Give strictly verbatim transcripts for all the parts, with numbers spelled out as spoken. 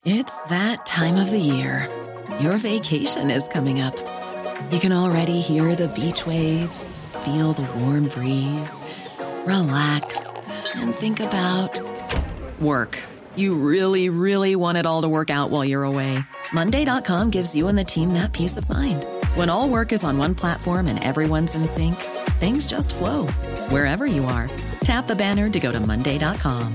It's that time of the year. Your vacation is coming up. You can already hear the beach waves, feel the warm breeze, relax, and think about work. You really, really want it all to work out while you're away. Monday dot com gives you and the team that peace of mind. When all work is on one platform and everyone's in sync, things just flow. Wherever you are, tap the banner to go to Monday dot com.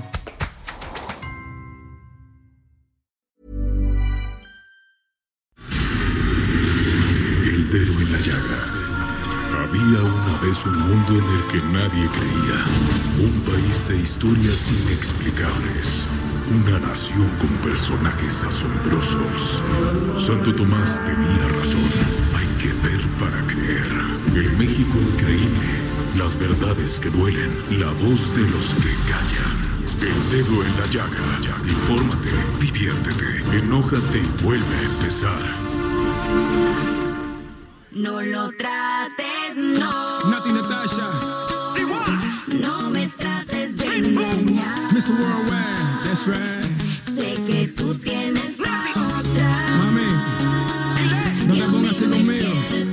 El dedo en la llaga. Había una vez un mundo en el que nadie creía. Un país de historias inexplicables. Una nación con personajes asombrosos. Santo Tomás tenía razón. Hay que ver para creer. El México increíble. Las verdades que duelen. La voz de los que callan. El dedo en la llaga. Infórmate, diviértete, enójate y vuelve a empezar. No lo trates, no. Nati Natasha. No me trates de engañar. mister Worldwide, that's right. Sé que tú tienes a otra. Mami, no te pongas así conmigo.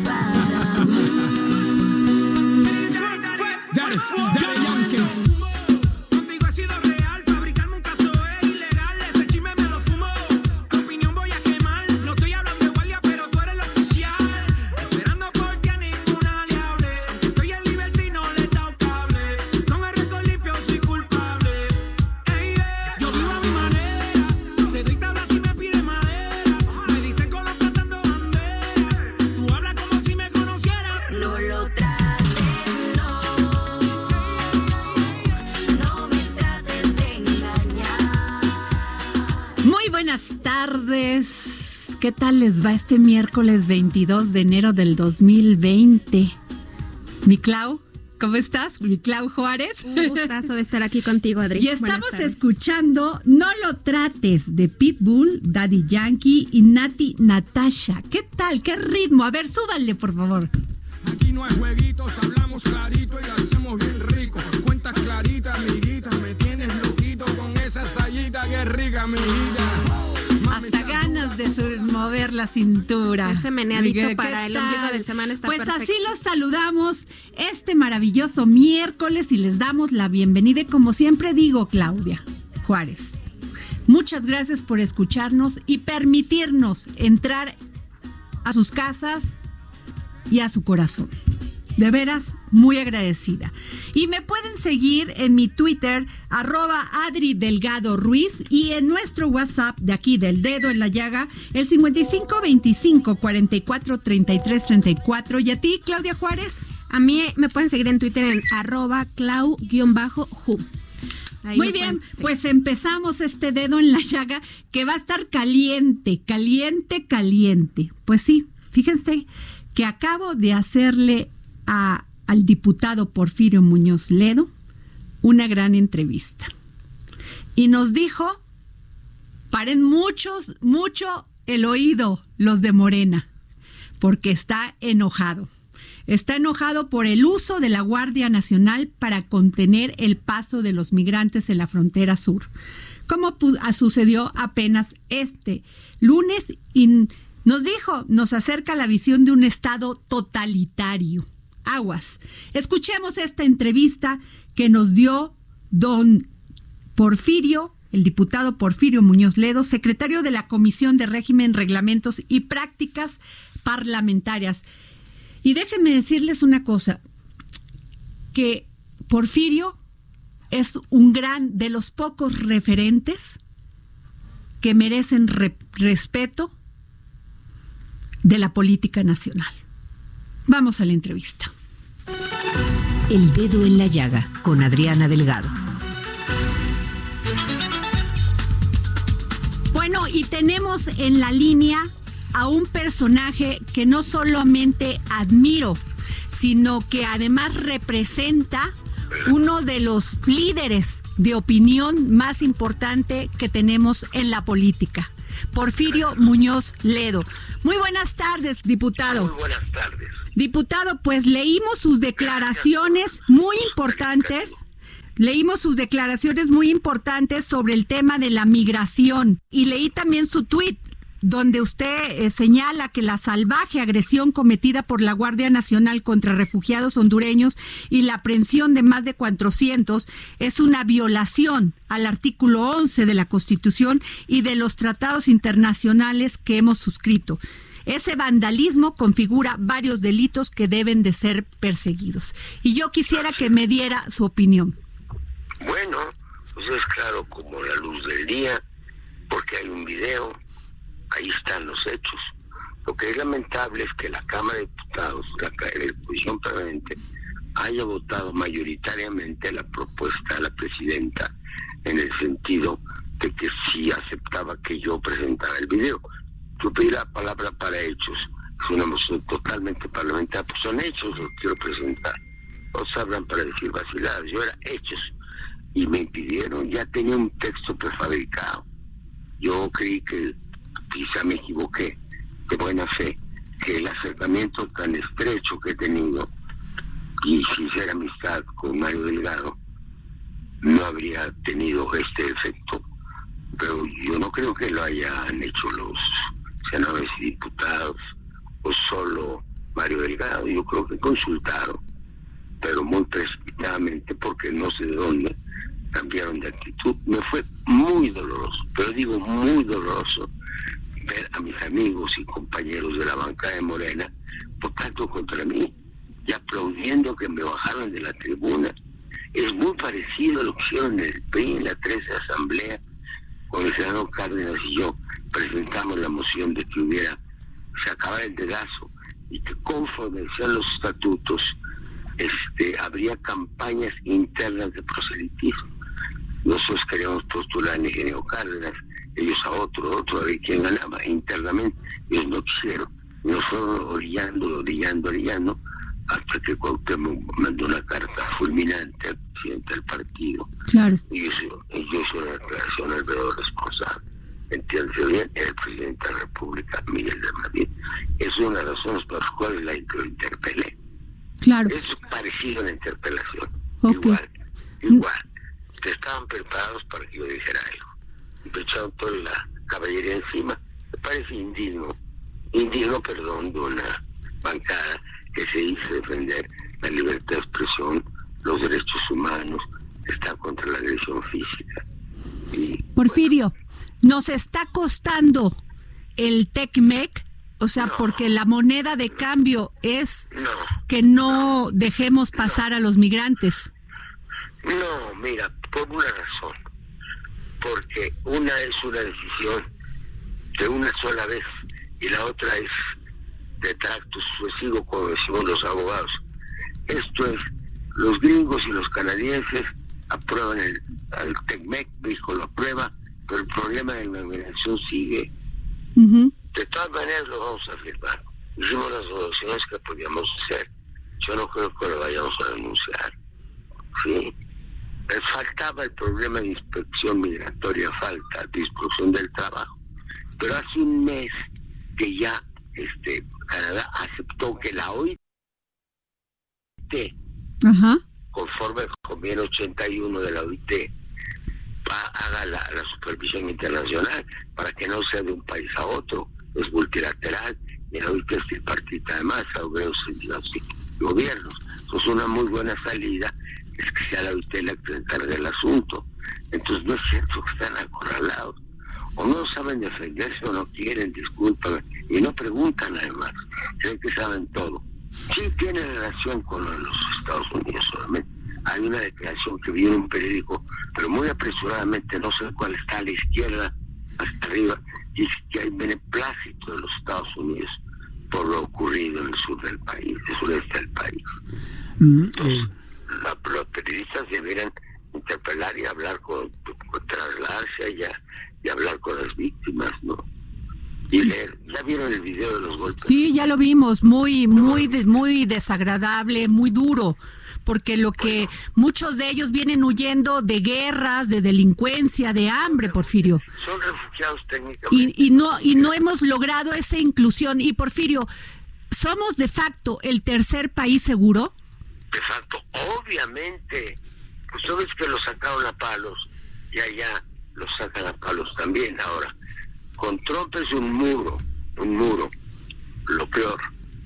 Dale, dale, Yankee. Contigo he sido real, fabricarme un caso es ilegal. Ese chisme me lo fumo, tu opinión voy a quemar. No estoy hablando de guardia, pero tú eres el oficial. Esperando porque a ninguna le hable. Estoy en libertad y no le he dado cable. Con el récord limpio soy culpable. Ey, yeah. Yo vivo a mi manera, te doy tablas y me pide madera. Me dicen con los tratando bandera. Tú hablas como si me conocieras. No lo trates, no. No me trates de engañar. Muy buenas tardes. ¿Qué tal les va este miércoles veintidós de enero del dos mil veinte? Mi Clau, ¿cómo estás? Mi Clau Juárez. Un gustazo de estar aquí contigo, Adri. Y estamos escuchando No lo trates de Pitbull, Daddy Yankee y Nati Natasha. ¿Qué tal? ¿Qué ritmo? A ver, súbanle, por favor. Aquí no hay jueguitos, hablamos clarito y lo hacemos bien rico. Cuentas claritas, amiguita, me tienes loquito con esa sayita que rica, amiguita. Hasta ganas de su- mover la cintura. Ese meneadito Miguel, ¿qué para el tal? ombligo de semana está Pues perfecto. así los saludamos este maravilloso miércoles y les damos la bienvenida. Y como siempre digo, Claudia Juárez, muchas gracias por escucharnos y permitirnos entrar a sus casas y a su corazón. De veras, muy agradecida. Y me pueden seguir en mi Twitter, arroba Adri Delgado Ruiz, y en nuestro WhatsApp de aquí del Dedo en la Llaga, el cincuenta y cinco veinticinco cuarenta y cuatro treinta y tres treinta y cuatro. ¿Y a ti, Claudia Juárez? A mí me pueden seguir en Twitter en arroba clau-ju. Ahí Muy me bien, pueden seguir. pues empezamos este Dedo en la Llaga que va a estar caliente, caliente, caliente. Pues sí, fíjense que acabo de hacerle a, al diputado Porfirio Muñoz Ledo una gran entrevista. Y nos dijo, paren muchos, mucho el oído los de Morena, porque está enojado. Está enojado por el uso de la Guardia Nacional para contener el paso de los migrantes en la frontera sur, como pu- a- sucedió apenas este lunes, y nos dijo, nos acerca la visión de un Estado totalitario. Aguas. Escuchemos esta entrevista que nos dio don Porfirio, el diputado Porfirio Muñoz Ledo, secretario de la Comisión de Régimen, Reglamentos y Prácticas Parlamentarias. Y déjenme decirles una cosa, que Porfirio es un gran, de los pocos referentes que merecen re- respeto de la política nacional. Vamos a la entrevista. El Dedo en la Llaga con Adriana Delgado. Bueno, y tenemos en la línea a un personaje que no solamente admiro, sino que además representa uno de los líderes de opinión más importante que tenemos en la política, Porfirio Muñoz Ledo. Muy buenas tardes, diputado. Muy buenas tardes. Diputado, pues leímos sus declaraciones muy importantes, Leímos sus declaraciones muy importantes sobre el tema de la migración y leí también su tuit donde usted eh, señala que la salvaje agresión cometida por la Guardia Nacional contra refugiados hondureños y la aprehensión de más de cuatrocientos es una violación al artículo once de la Constitución y de los tratados internacionales que hemos suscrito. Ese vandalismo configura varios delitos que deben de ser perseguidos. Y yo quisiera que me diera su opinión. Bueno, pues es claro como la luz del día, porque hay un video. Ahí están los hechos. Lo que es lamentable es que la Cámara de Diputados, la, la disposición permanente, haya votado mayoritariamente la propuesta de la presidenta en el sentido de que sí aceptaba que yo presentara el video. Yo pedí la palabra para hechos. Es una moción totalmente parlamentaria, pues son hechos los que quiero presentar. Otros hablan para decir vaciladas. Yo era hechos. Y me impidieron, ya tenía un texto prefabricado. Yo creí que quizá me equivoqué, de buena fe, que el acercamiento tan estrecho que he tenido y sincera amistad con Mario Delgado no habría tenido este efecto, pero yo no creo que lo hayan hecho los senadores y diputados o solo Mario Delgado. Yo creo que consultaron, pero muy precipitadamente, porque no sé de dónde cambiaron de actitud. Me fue muy doloroso, pero digo muy doloroso, ver a mis amigos y compañeros de la bancada de Morena votando contra mí y aplaudiendo que me bajaron de la tribuna. Es muy parecido a lo que hicieron en el P R I en la trece Asamblea, cuando el senador Cárdenas y yo presentamos la moción de que hubiera, se acabara el dedazo y que conforme decían los estatutos, este, habría campañas internas de proselitismo. Nosotros queríamos postular al ingeniero Cárdenas, ellos a otro, otro a ver quién ganaba internamente. Ellos no quisieron, nos fueron orillando, orillando, orillando, hasta que Cuauhtémoc mandó una carta fulminante al presidente del partido. Claro. Y yo soy, yo soy una declaración al verdadero responsable. Entiéndase bien, era el presidente de la República, Miguel de Madrid. Es una de las razones por las cuales la lo interpelé. Claro. Es parecido a la interpelación. Okay. Igual, igual. Estaban preparados para que yo dijera algo. Me echaron toda la caballería encima. Me parece indigno, indigno, perdón, de una bancada que se hizo defender la libertad de expresión, los derechos humanos, está contra la agresión física. Y, Porfirio, bueno, ¿nos está costando el TECMEC? O sea, no, porque la moneda de cambio es no, que no, no dejemos pasar no. a los migrantes. No, mira, por una razón. Porque una es una decisión de una sola vez y la otra es de tracto sucesivo, como decimos los abogados. Esto es, los gringos y los canadienses aprueban el, el TECMEC, México lo aprueba, pero el problema de la migración sigue. Uh-huh. De todas maneras lo vamos a firmar. Hicimos las soluciones que podíamos hacer. Yo no creo que lo vayamos a denunciar. Sí. Les faltaba el problema de inspección migratoria, falta de inspección del trabajo. Pero hace un mes que ya este Canadá aceptó que la O I T, uh-huh. conforme al convenio ochenta y uno de la O I T, va, haga la, la supervisión internacional para que no sea de un país a otro, es multilateral, y la O I T es tripartita además, obreros y gobiernos. Eso es una muy buena salida, es que sea la O I T la que se encargue del asunto. Entonces no es cierto que están acorralados, o no saben defenderse o no quieren, discúlpame, y no preguntan además, creen que saben todo. Sí tiene relación con los Estados Unidos solamente. Hay una declaración que vi en un periódico, pero muy apresuradamente, no sé cuál está a la izquierda, hasta arriba, dice que hay beneplácito de los Estados Unidos por lo ocurrido en el sur del país, el sureste del país. Mm, Entonces, eh. la, los periodistas deberían interpelar y hablar con, con trasladarse allá y hablar con las víctimas, ¿no? Y leer. ¿Ya vieron el video de los golpes? Sí, ya lo vimos, muy, muy, muy desagradable, muy duro, porque lo que bueno, muchos de ellos vienen huyendo de guerras, de delincuencia, de hambre, Porfirio. Son refugiados técnicamente. Y, y no, y no hemos logrado esa inclusión. Y Porfirio, ¿somos de facto el tercer país seguro? De facto, obviamente, pues sabes que lo sacaron a palos y allá lo sacan a palos también. Ahora, con Trump es un muro, un muro, lo peor.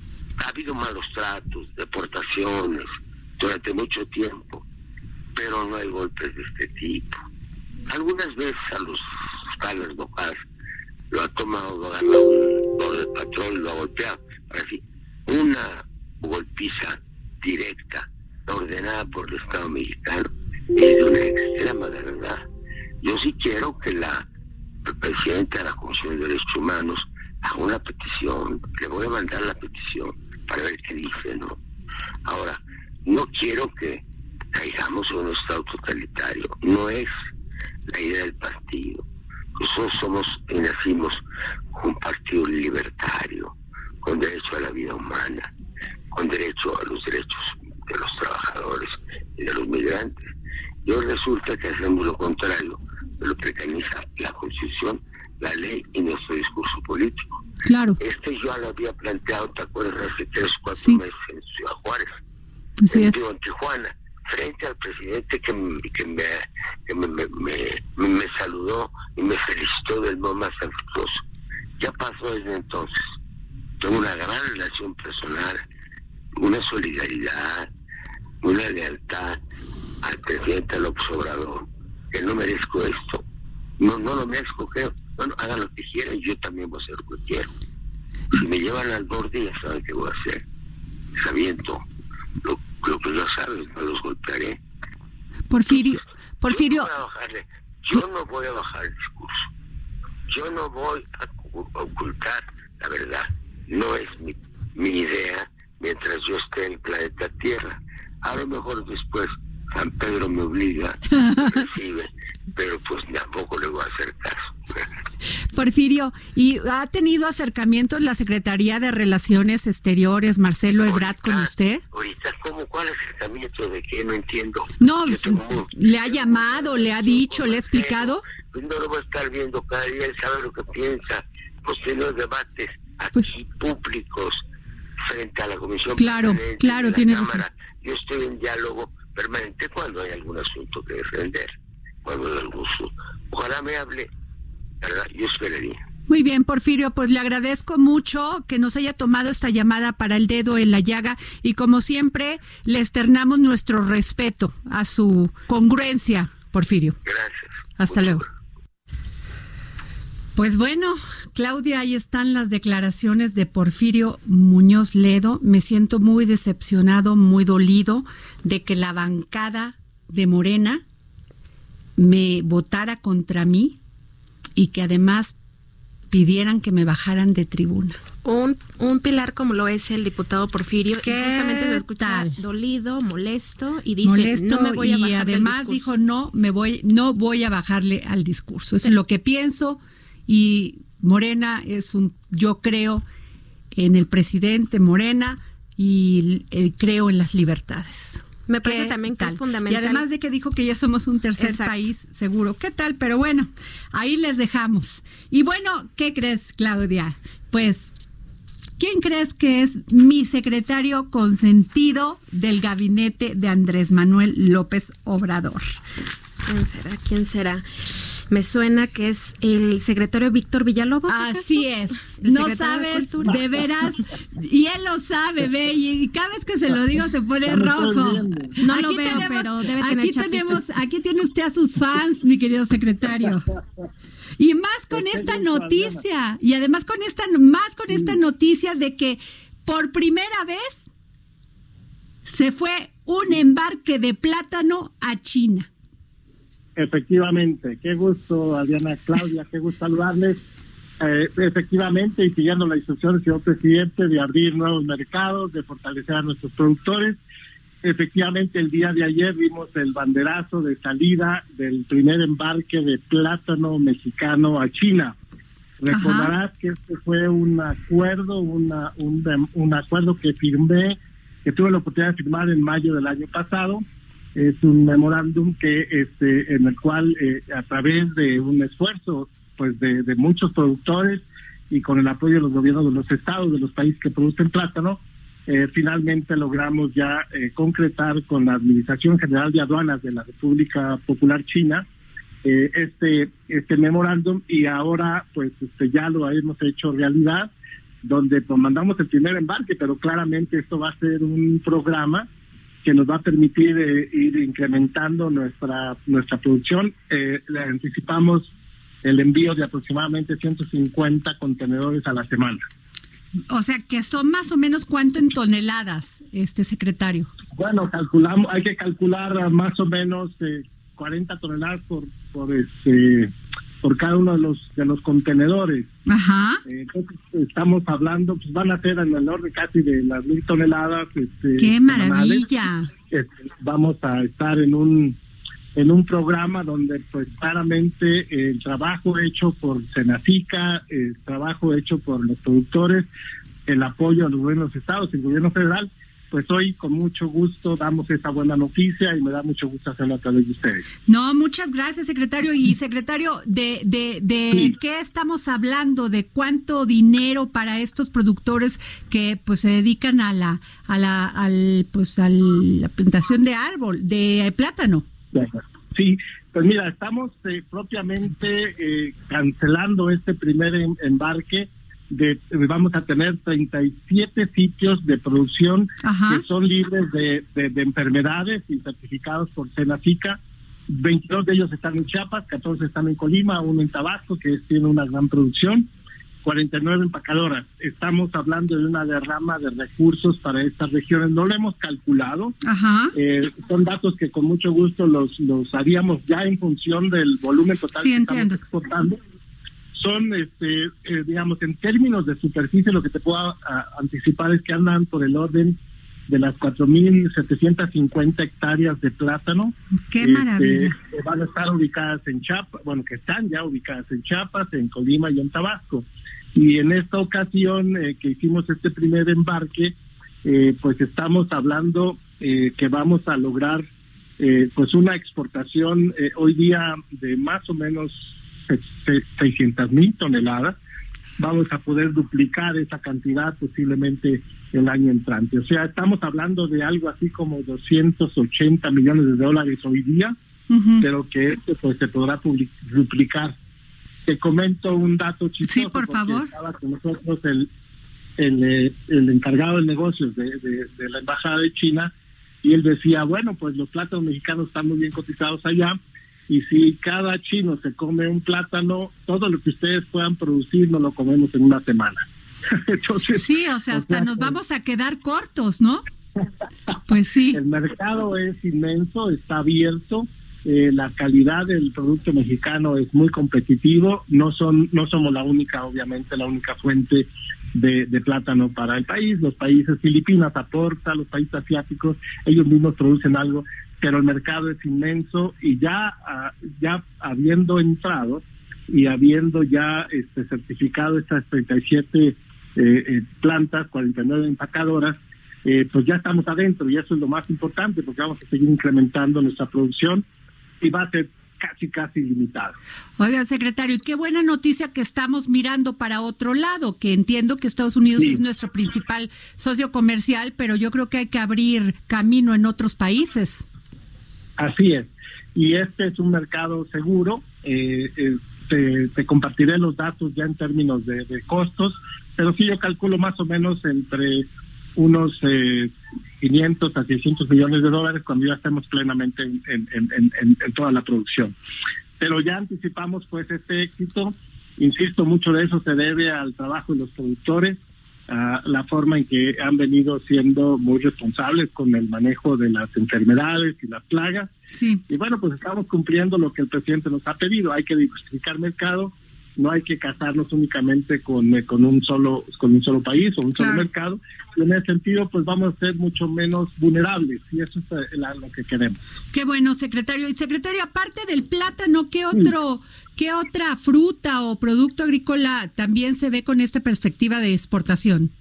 Ha habido malos tratos, deportaciones durante mucho tiempo, pero no hay golpes de este tipo. Algunas veces a los palos locales lo ha tomado, lo ha agarrado un borde de patrón, lo ha golpeado. Ahora sí, una golpiza directa, ordenada por el Estado mexicano, es de una extrema gravedad. Yo sí quiero que la el presidente de la Comisión de Derechos Humanos haga una petición, le voy a mandar la petición para ver qué dice, ¿no? Ahora, no quiero que caigamos en un Estado totalitario, no es la idea del partido. Nosotros somos y nacimos un partido libertario, con derecho a la vida humana, con derecho a los derechos de los trabajadores y de los migrantes. Y hoy resulta que hacemos lo contrario de lo que preconiza la Constitución, la ley y nuestro discurso político. Claro. Este yo lo había planteado, ¿te acuerdas? Hace tres o cuatro sí. meses en Ciudad Juárez, Así en, es. en Tijuana, frente al presidente que, me, que, me, que me, me, me, me saludó y me felicitó del modo más afectuoso. Ya pasó desde entonces. Tengo una gran relación personal, una solidaridad, una lealtad al presidente López Obrador, que no merezco esto. No, no lo merezco, creo. Bueno, hagan lo que quieran, yo también voy a hacer lo que quiero. Si me llevan al borde, ya saben qué voy a hacer. Sabiendo lo, lo que ya sabes, no los golpearé. Porfirio, Porfirio. Yo no voy a bajarle, yo no voy a bajar el discurso. Yo no voy a ocultar la verdad. No es mi, mi idea mientras yo esté en el planeta Tierra. A lo mejor después San Pedro me obliga, me recibe, pero pues tampoco le voy a hacer caso. Porfirio, ¿y ha tenido acercamientos la Secretaría de Relaciones Exteriores, Marcelo Ebrard, con usted? Ahorita, ¿cómo? ¿Cuál acercamiento? ¿De qué? No entiendo. No, muy, ¿le ha llamado, le ha dicho, le ha explicado? Pues no lo voy a estar viendo cada día, él sabe lo que piensa. Pues tiene los debates aquí Pues, públicos frente a la Comisión Claro, claro, de la tiene Cámara. razón. Yo estoy en diálogo permanente cuando hay algún asunto que defender, cuando hay algún asunto. Ojalá me hable, ¿verdad? Yo esperaría. Muy bien, Porfirio, pues le agradezco mucho que nos haya tomado esta llamada para El Dedo en la Llaga y como siempre le externamos nuestro respeto a su congruencia, Porfirio. Gracias. Hasta Mucho. luego. Pues bueno, Claudia, ahí están las declaraciones de Porfirio Muñoz Ledo. Me siento muy decepcionado, muy dolido de que la bancada de Morena me votara contra mí y que además pidieran que me bajaran de tribuna. Un, un pilar como lo es el diputado Porfirio, y ¿Qué justamente se escucha tal? dolido, molesto, y dice, Molesto, no me voy a bajar y del además discurso. dijo, no, me voy, no voy a bajarle al discurso. Eso es lo que pienso. Y Morena es un, yo creo en el presidente Morena y eh, creo en las libertades. Me parece ¿Qué también que tal? es fundamental. Y además de que dijo que ya somos un tercer Exacto. país seguro. ¿Qué tal? Pero bueno, ahí les dejamos. Y bueno, ¿qué crees, Claudia? Pues, ¿quién crees que es mi secretario consentido del gabinete de Andrés Manuel López Obrador? ¿Quién será? ¿Quién será? Me suena que es el secretario Víctor Villalobos. Así es. ¿El No secretario de sabes, Cultura? de veras, y él lo sabe, ve, y cada vez que se lo digo se pone rojo. No lo veo, pero debe tener aquí chapitas. tenemos, aquí tiene usted a sus fans, mi querido secretario. Y más con esta noticia, y además con esta, más con esta noticia de que por primera vez se fue un embarque de plátano a China. Efectivamente, qué gusto, Adriana, Claudia, qué gusto saludarles. Eh, efectivamente, y siguiendo la instrucción del señor presidente de abrir nuevos mercados, de fortalecer a nuestros productores, efectivamente el día de ayer vimos el banderazo de salida del primer embarque de plátano mexicano a China. Recordarás que este fue un acuerdo, una, un, un acuerdo que firmé, que tuve la oportunidad de firmar en mayo del año pasado. Es un memorándum que este en el cual eh, a través de un esfuerzo pues de, de muchos productores y con el apoyo de los gobiernos de los estados de los países que producen plátano, eh, finalmente logramos ya eh, concretar con la Administración General de Aduanas de la República Popular China eh, este este memorándum, y ahora pues este ya lo hemos hecho realidad, donde pues, mandamos el primer embarque, pero claramente esto va a ser un programa que nos va a permitir eh, ir incrementando nuestra nuestra producción. Eh, le anticipamos el envío de aproximadamente ciento cincuenta contenedores a la semana. O sea, que son más o menos cuánto en toneladas, este secretario. Bueno, calculamos, hay que calcular más o menos eh, cuarenta toneladas por por este por cada uno de los de los contenedores. Ajá. Eh, entonces estamos hablando, pues van a ser en el orden casi de las mil toneladas. Este, ¡Qué maravilla! Este, vamos a estar en un en un programa donde pues claramente eh, el trabajo hecho por Senacica, el trabajo hecho por los productores, el apoyo a los gobiernos de estados y el gobierno federal, pues hoy con mucho gusto damos esa buena noticia y me da mucho gusto hacerlo a través de ustedes. No, muchas gracias, secretario. Y secretario, ¿de de, de sí. qué estamos hablando? ¿De cuánto dinero para estos productores que pues se dedican a la a la al pues a la plantación de árbol, de plátano? Sí, pues mira, estamos eh, propiamente eh, cancelando este primer em- embarque. De, vamos a tener treinta y siete sitios de producción Ajá. que son libres de, de, de enfermedades y certificados por Senacica. veintidós de ellos están en Chiapas, catorce están en Colima, uno en Tabasco, que es, tiene una gran producción, cuarenta y nueve empacadoras. Estamos hablando de una derrama de recursos para estas regiones. No lo hemos calculado. Ajá. Eh, son datos que con mucho gusto los, los haríamos ya en función del volumen total sí, que entiendo. estamos exportando. Son, este, eh, digamos, en términos de superficie, lo que te puedo a, anticipar es que andan por el orden de las cuatro mil setecientas cincuenta hectáreas de plátano. ¡Qué este, maravilla! Que van a estar ubicadas en Chiapas, bueno, que están ya ubicadas en Chiapas, en Colima y en Tabasco. Y en esta ocasión eh, que hicimos este primer embarque, eh, pues estamos hablando eh, que vamos a lograr eh, pues una exportación eh, hoy día de más o menos seiscientas mil toneladas. Vamos a poder duplicar esa cantidad posiblemente el año entrante. O sea, estamos hablando de algo así como doscientos ochenta millones de dólares hoy día, uh-huh. pero que esto pues se podrá public- duplicar. Te comento un dato chistoso. Sí, por favor. Estaba con nosotros el el, eh, el encargado de negocios de, de, de la Embajada de China, y él decía, bueno, pues los plátanos mexicanos están muy bien cotizados allá, y si cada chino se come un plátano, todo lo que ustedes puedan producir nos lo comemos en una semana. Entonces, sí, o sea, hasta o sea, nos pues, vamos a quedar cortos, ¿no? Pues sí. El mercado es inmenso, está abierto, eh, la calidad del producto mexicano es muy competitivo, no son no somos la única, obviamente, la única fuente de, de plátano para el país. Los países Filipinas aportan, los países asiáticos, ellos mismos producen algo, pero el mercado es inmenso, y ya ya habiendo entrado y habiendo ya este certificado estas treinta y siete eh, eh, plantas, cuarenta y nueve empacadoras, eh, pues ya estamos adentro, y eso es lo más importante, porque vamos a seguir incrementando nuestra producción y va a ser casi, casi limitado. Oiga, secretario, qué buena noticia que estamos mirando para otro lado, que entiendo que Estados Unidos sí. es nuestro principal socio comercial, pero yo creo que hay que abrir camino en otros países. Así es, y este es un mercado seguro. eh, eh, te, te compartiré los datos ya en términos de, de costos, pero sí yo calculo más o menos entre unos eh, quinientos a seiscientos millones de dólares cuando ya estemos plenamente en, en, en, en, en toda la producción. Pero ya anticipamos pues este éxito, insisto, mucho de eso se debe al trabajo de los productores, a la forma en que han venido siendo muy responsables con el manejo de las enfermedades y las plagas. Sí. Y bueno, pues estamos cumpliendo lo que el presidente nos ha pedido. Hay que diversificar mercado, no hay que casarnos únicamente con con un solo con un solo país o un claro. solo mercado. Y en ese sentido, pues vamos a ser mucho menos vulnerables, y eso es la, lo que queremos. Qué bueno, secretario. Y secretario, aparte del plátano, ¿qué otro, sí. qué otra fruta o producto agrícola también se ve con esta perspectiva de exportación?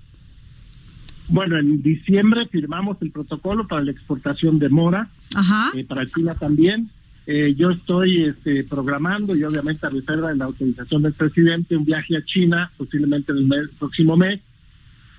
Bueno, en diciembre firmamos el protocolo para la exportación de mora, Ajá. Eh, para China también. Eh, yo estoy este, programando, y obviamente a reserva de la autorización del presidente, un viaje a China, posiblemente en el mes, próximo mes,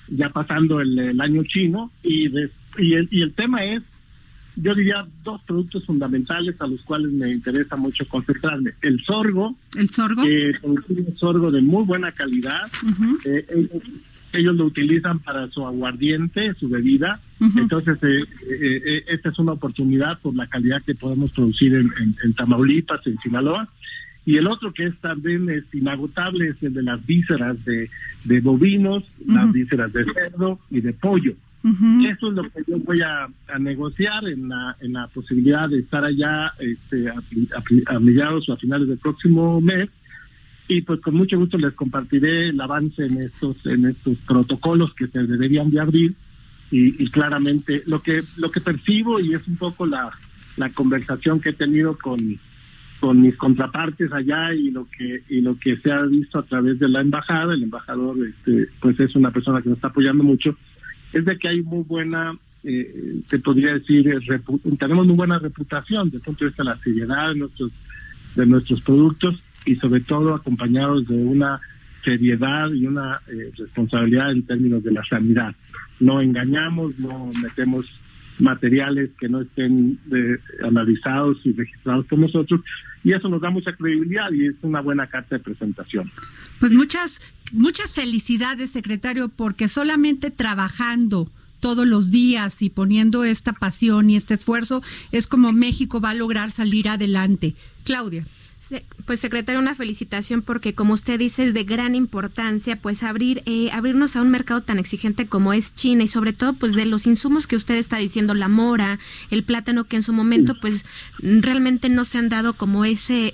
ya pasando el, el año chino, y, de, y, el, y el tema es, yo diría, dos productos fundamentales a los cuales me interesa mucho concentrarme. El sorgo. El sorgo. Que es un sorgo de muy buena calidad. Uh-huh. Eh, ellos, ellos lo utilizan para su aguardiente, su bebida. Uh-huh. Entonces, eh, eh, eh, esta es una oportunidad por la calidad que podemos producir en, en, en Tamaulipas, en Sinaloa. Y el otro que es también es inagotable es el de las vísceras de, de bovinos, uh-huh. las vísceras de cerdo y de pollo. Uh-huh. Eso es lo que yo voy a, a negociar en la en la posibilidad de estar allá este, a, a, a mediados o a finales del próximo mes, y pues con mucho gusto les compartiré el avance en estos en estos protocolos que se deberían de abrir, y, y claramente lo que lo que percibo, y es un poco la la conversación que he tenido con con mis contrapartes allá, y lo que y lo que se ha visto a través de la embajada. El embajador este pues es una persona que nos está apoyando mucho, es de que hay muy buena, eh, te podría decir, repu- tenemos muy buena reputación desde el punto de vista de la seriedad de nuestros, de nuestros productos, y sobre todo acompañados de una seriedad y una eh, responsabilidad en términos de la sanidad. No engañamos, no metemos materiales que no estén eh, analizados y registrados por nosotros, y eso nos da mucha credibilidad y es una buena carta de presentación. Pues muchas muchas felicidades, secretario, porque solamente trabajando todos los días y poniendo esta pasión y este esfuerzo es como México va a lograr salir adelante. Claudia. Pues, secretario, una felicitación, porque como usted dice, es de gran importancia pues abrir eh, abrirnos a un mercado tan exigente como es China, y sobre todo pues de los insumos que usted está diciendo, la mora, el plátano, que en su momento pues realmente no se han dado como ese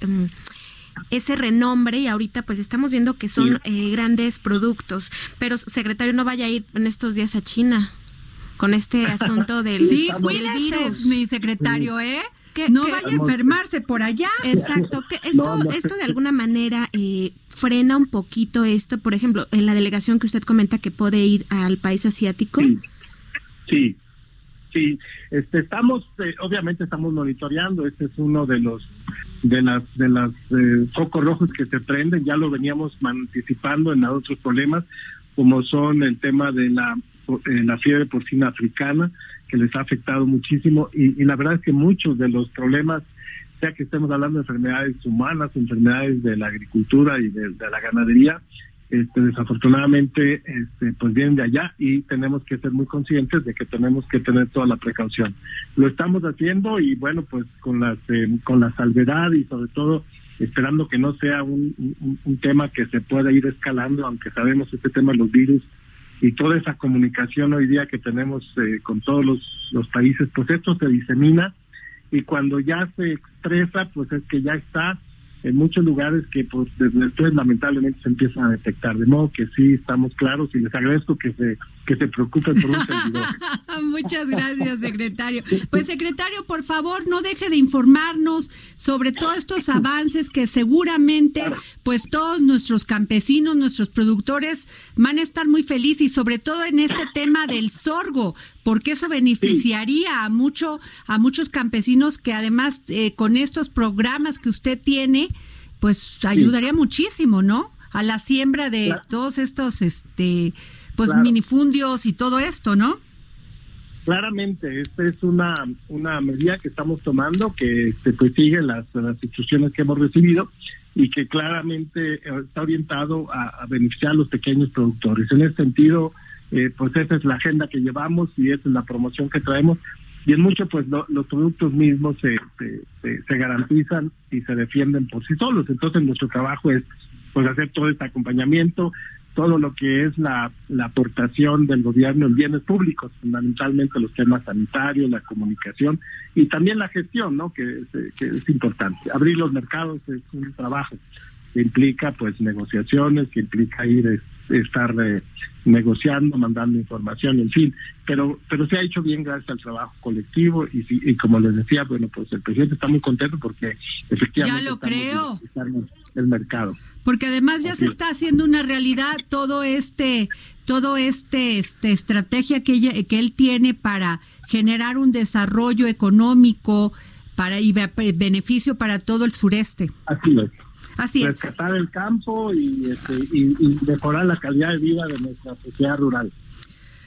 ese renombre, y ahorita pues estamos viendo que son eh, grandes productos. Pero, secretario, no vaya a ir en estos días a China con este asunto del, sí, del cuídese, virus. Mi secretario, ¿eh? Que, no que, vaya a enfermarse por allá. Exacto, que esto no, no. esto de alguna manera eh, frena un poquito esto, por ejemplo, en la delegación que usted comenta que puede ir al país asiático. Sí, sí, sí. Este, estamos, eh, obviamente estamos monitoreando. Este es uno de los de las de las eh, focos rojos que se prenden. Ya lo veníamos anticipando en otros problemas, como son el tema de la eh, la fiebre porcina africana, que les ha afectado muchísimo, y, y la verdad es que muchos de los problemas, sea que estemos hablando de enfermedades humanas, enfermedades de la agricultura y de, de la ganadería, este, desafortunadamente este, pues vienen de allá, y tenemos que ser muy conscientes de que tenemos que tener toda la precaución. Lo estamos haciendo, y bueno, pues con las eh, con la salvedad, y sobre todo esperando que no sea un, un, un tema que se pueda ir escalando, aunque sabemos este tema de los virus y toda esa comunicación hoy día que tenemos eh, con todos los, los países, pues esto se disemina, y cuando ya se expresa, pues es que ya está en muchos lugares que pues después lamentablemente se empiezan a detectar. De modo que sí estamos claros, y les agradezco que se que se preocupen por un servidor. Muchas gracias, secretario. Pues, secretario, por favor, no deje de informarnos sobre todos estos avances que seguramente pues todos nuestros campesinos, nuestros productores van a estar muy felices, y sobre todo en este tema del sorgo, porque eso beneficiaría a mucho a muchos campesinos que además eh, con estos programas que usted tiene, pues ayudaría sí. muchísimo, ¿no? A la siembra de claro. todos estos este pues claro. minifundios y todo esto, ¿no? Claramente, esta es una una medida que estamos tomando, que este, pues sigue las, las instrucciones que hemos recibido, y que claramente está orientado a, a beneficiar a los pequeños productores. En ese sentido, eh, pues esa es la agenda que llevamos, y esa es la promoción que traemos, y en mucho pues lo, los productos mismos se, se, se, se garantizan y se defienden por sí solos. Entonces nuestro trabajo es pues hacer todo este acompañamiento, todo lo que es la, la aportación del gobierno en bienes públicos, fundamentalmente los temas sanitarios, la comunicación y también la gestión, ¿no? Que, que es importante. Abrir los mercados es un trabajo que implica pues negociaciones, que implica ir es, estar eh, negociando, mandando información, en fin, pero pero se ha hecho bien gracias al trabajo colectivo, y, y como les decía, bueno, pues el presidente está muy contento porque efectivamente ya lo creo el mercado, porque además ya Así se es. está haciendo una realidad todo este todo este este estrategia que ella, que él tiene para generar un desarrollo económico para y beneficio para todo el sureste. Así es. Así es. Rescatar el campo y, este, y, y mejorar la calidad de vida de nuestra sociedad rural.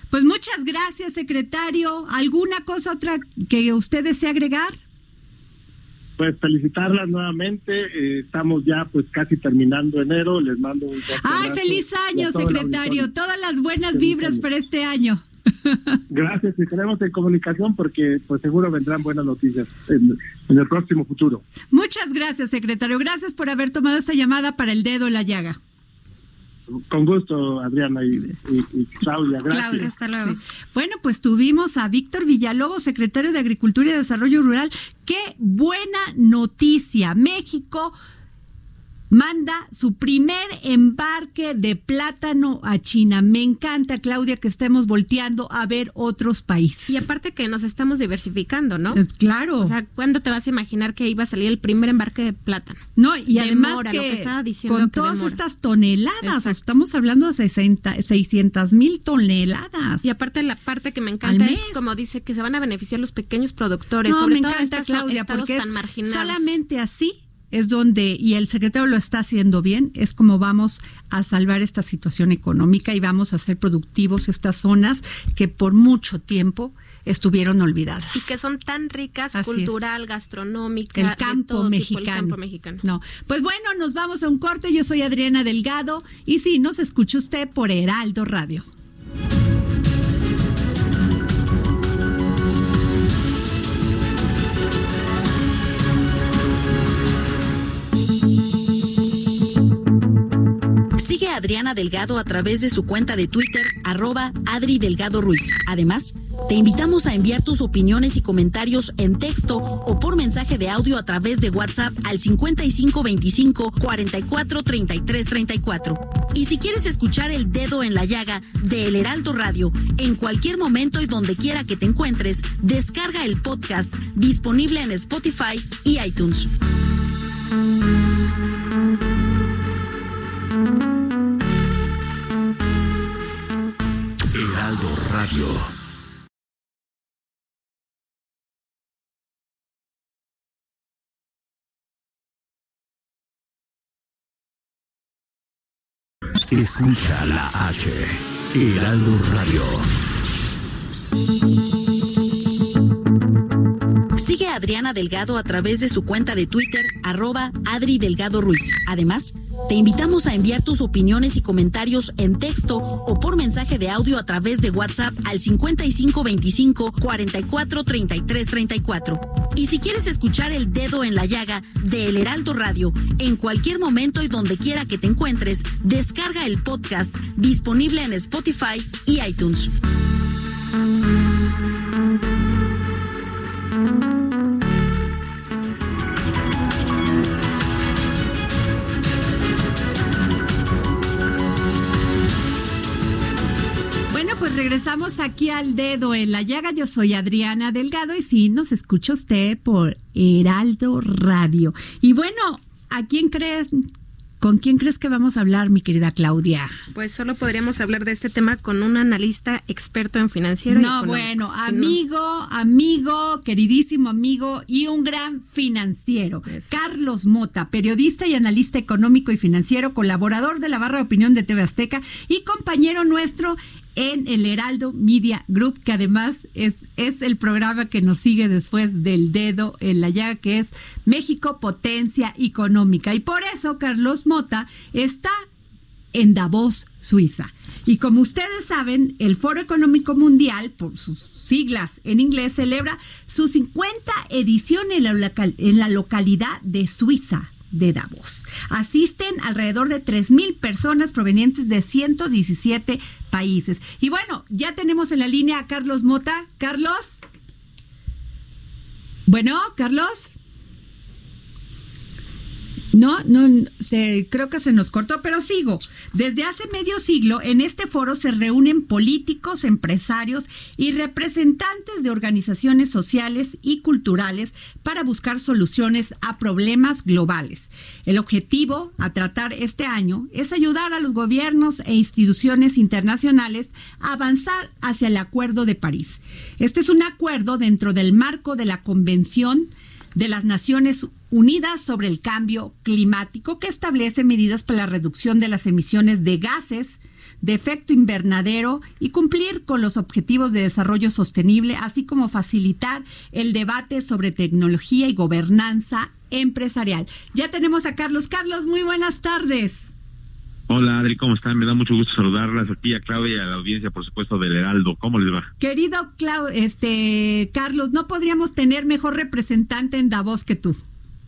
Pues muchas gracias, secretario. ¿Alguna cosa otra que usted desee agregar? Pues felicitarlas nuevamente, eh, estamos ya pues casi terminando enero, les mando un fuerte ¡Ay, abrazo feliz año, secretario! Todas las buenas feliz vibras año. Para este año. Gracias, y estaremos en comunicación porque pues seguro vendrán buenas noticias en, en el próximo futuro. Muchas gracias, secretario. Gracias por haber tomado esa llamada para el dedo en la llaga. Con gusto, Adriana y, y, y Claudia, gracias. Claudia, hasta luego. Sí. Bueno, pues tuvimos a Víctor Villalobos, secretario de Agricultura y Desarrollo Rural. ¡Qué buena noticia! México manda su primer embarque de plátano a China. Me encanta, Claudia, que estemos volteando a ver otros países. Y aparte que nos estamos diversificando, ¿no? Eh, claro. O sea, ¿cuándo te vas a imaginar que iba a salir el primer embarque de plátano? No, y de además mora, que, lo que estaba diciendo con que todas de estas toneladas, Exacto. estamos hablando de seiscientas mil toneladas. Y aparte la parte que me encanta es, como dice, que se van a beneficiar los pequeños productores, no, sobre me todo encanta, estos Claudia, estados porque tan es marginados. Solamente así es donde, y el secretario lo está haciendo bien, es como vamos a salvar esta situación económica y vamos a hacer productivos estas zonas que por mucho tiempo estuvieron olvidadas. Y que son tan ricas, Así cultural, es. gastronómica, el campo, todo mexicano. Tipo, el campo mexicano. No, pues bueno, nos vamos a un corte. Yo soy Adriana Delgado y sí, nos escucha usted por Heraldo Radio. Sigue a Adriana Delgado a través de su cuenta de Twitter, arroba Adri Delgado Ruiz. Además, te invitamos a enviar tus opiniones y comentarios en texto o por mensaje de audio a través de WhatsApp al cincuenta y cinco veinticinco cuarenta y cuatro treinta y tres treinta y cuatro. Y si quieres escuchar El Dedo en la Llaga de El Heraldo Radio en cualquier momento y donde quiera que te encuentres, descarga el podcast disponible en Spotify y iTunes. Heraldo Radio. Escucha la H. Heraldo Radio. Sigue a Adriana Delgado a través de su cuenta de Twitter, arroba Adri Delgado Ruiz. Además, te invitamos a enviar tus opiniones y comentarios en texto o por mensaje de audio a través de WhatsApp al cincuenta y cinco veinticinco cuarenta y cuatro treinta y tres treinta y cuatro. Y si quieres escuchar El Dedo en la Llaga de El Heraldo Radio en cualquier momento y donde quiera que te encuentres, descarga el podcast disponible en Spotify y iTunes. Pues regresamos aquí al Dedo en la Llaga. Yo soy Adriana Delgado y sí, nos escucha usted por Heraldo Radio. Y bueno, ¿a quién crees? ¿Con quién crees que vamos a hablar, mi querida Claudia? Pues solo podríamos hablar de este tema con un analista experto en financiero. No, bueno, amigo, amigo, queridísimo amigo y un gran financiero. Es. Carlos Mota, periodista y analista económico y financiero, colaborador de la barra de opinión de T V Azteca y compañero nuestro en el Heraldo Media Group, que además es, es el programa que nos sigue después del Dedo en la Llaga, que es México Potencia Económica. Y por eso Carlos Mota está en Davos, Suiza. Y como ustedes saben, el Foro Económico Mundial, por sus siglas en inglés, celebra su cincuenta edición en la, local, en la localidad de Suiza de Davos. Asisten alrededor de tres mil personas provenientes de ciento diecisiete países. Y bueno, ya tenemos en la línea a Carlos Mota. Carlos. Bueno, Carlos. No, no, se, creo que se nos cortó, pero sigo. Desde hace medio siglo, en este foro se reúnen políticos, empresarios y representantes de organizaciones sociales y culturales para buscar soluciones a problemas globales. El objetivo a tratar este año es ayudar a los gobiernos e instituciones internacionales a avanzar hacia el Acuerdo de París. Este es un acuerdo dentro del marco de la Convención de las Naciones Unidas sobre el Cambio Climático, que establece medidas para la reducción de las emisiones de gases de efecto invernadero y cumplir con los objetivos de desarrollo sostenible, así como facilitar el debate sobre tecnología y gobernanza empresarial. Ya tenemos a Carlos. Carlos, muy buenas tardes. Hola Adri, ¿cómo están? Me da mucho gusto saludarlas a ti, a Claudia y a la audiencia, por supuesto, del Heraldo. ¿Cómo les va? Querido Clau, este Carlos, no podríamos tener mejor representante en Davos que tú.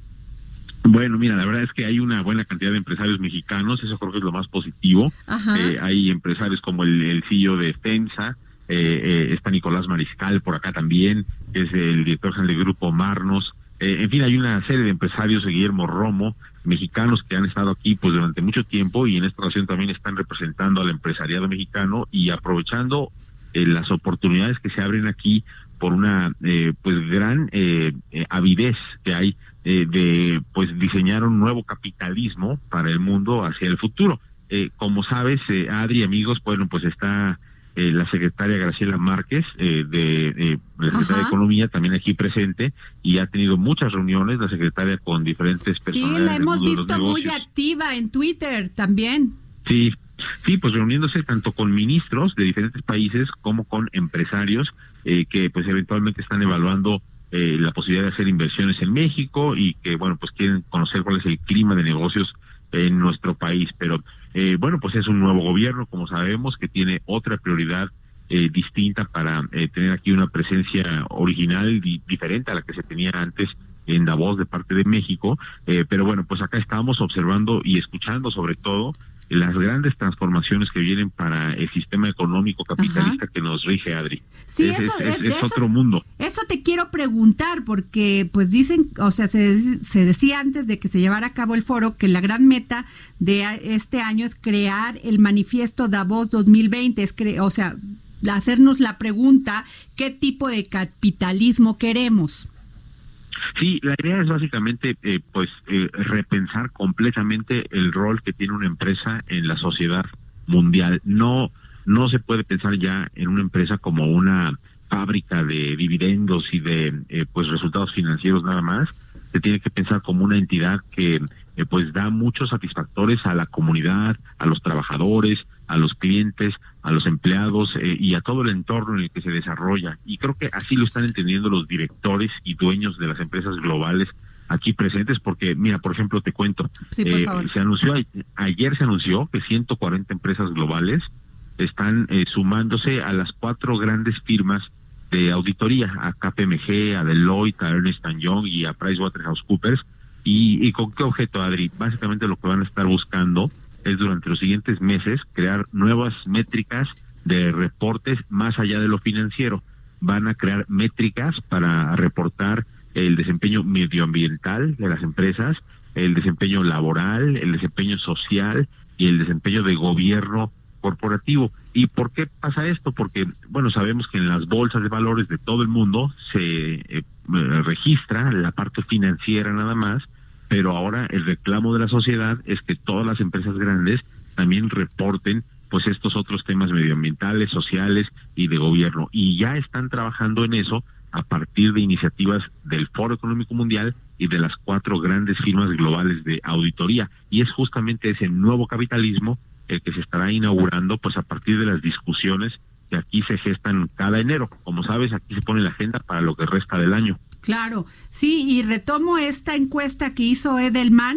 Bueno, mira, la verdad es que hay una buena cantidad de empresarios mexicanos, eso creo que es lo más positivo. Eh, hay empresarios como el, el C E O de FEMSA, eh, eh, está Nicolás Mariscal por acá también, que es el director general del Grupo Marnos. Eh, en fin, hay una serie de empresarios, Guillermo Romo, mexicanos que han estado aquí pues durante mucho tiempo y en esta ocasión también están representando al empresariado mexicano y aprovechando eh, las oportunidades que se abren aquí por una eh, pues gran eh, eh, avidez que hay eh, de pues diseñar un nuevo capitalismo para el mundo hacia el futuro. Eh, como sabes, eh, Adri, amigos, bueno, pues está eh, la secretaria Graciela Márquez eh, de eh, la secretaria Ajá. de Economía también aquí presente y ha tenido muchas reuniones la secretaria con diferentes personas. Sí, la hemos visto muy activa en Twitter también. Sí, sí, pues reuniéndose tanto con ministros de diferentes países como con empresarios eh, que pues eventualmente están evaluando eh, la posibilidad de hacer inversiones en México y que bueno pues quieren conocer cuál es el clima de negocios en nuestro país. Pero eh, bueno pues es un nuevo gobierno, como sabemos, que tiene otra prioridad eh, distinta para eh, tener aquí una presencia original y diferente a la que se tenía antes en Davos de parte de México, eh, pero bueno, pues acá estamos observando y escuchando sobre todo las grandes transformaciones que vienen para el sistema económico capitalista Ajá. que nos rige, Adri. Sí, es, eso, es, es, es es otro mundo. Eso te quiero preguntar, porque pues dicen, o sea, se, se decía antes de que se llevara a cabo el foro que la gran meta de este año es crear el manifiesto Davos dos mil veinte, es cre- o sea, hacernos la pregunta, ¿qué tipo de capitalismo queremos? Sí, la idea es básicamente eh, pues eh, repensar completamente el rol que tiene una empresa en la sociedad mundial. No no se puede pensar ya en una empresa como una fábrica de dividendos y de eh, pues resultados financieros nada más. Se tiene que pensar como una entidad que eh, pues da muchos satisfactores a la comunidad, a los trabajadores, a los clientes, a los empleados eh, y a todo el entorno en el que se desarrolla. Y creo que así lo están entendiendo los directores y dueños de las empresas globales aquí presentes, porque mira, por ejemplo, te cuento, sí, por eh, favor. se anunció ayer se anunció que ciento cuarenta empresas globales están eh, sumándose a las cuatro grandes firmas de auditoría, a K P M G, a Deloitte, a Ernst and Young y a PricewaterhouseCoopers. ¿Y, y con qué objeto, Adri? Básicamente lo que van a estar buscando es durante los siguientes meses crear nuevas métricas de reportes más allá de lo financiero. Van a crear métricas para reportar el desempeño medioambiental de las empresas, el desempeño laboral, el desempeño social y el desempeño de gobierno corporativo. ¿Y por qué pasa esto? Porque, bueno, sabemos que en las bolsas de valores de todo el mundo se eh, registra la parte financiera nada más, pero ahora el reclamo de la sociedad es que todas las empresas grandes también reporten pues estos otros temas medioambientales, sociales y de gobierno. Y ya están trabajando en eso a partir de iniciativas del Foro Económico Mundial y de las cuatro grandes firmas globales de auditoría. Y es justamente ese nuevo capitalismo el que se estará inaugurando pues a partir de las discusiones que aquí se gestan cada enero. Como sabes, aquí se pone la agenda para lo que resta del año. Claro, sí, y retomo esta encuesta que hizo Edelman,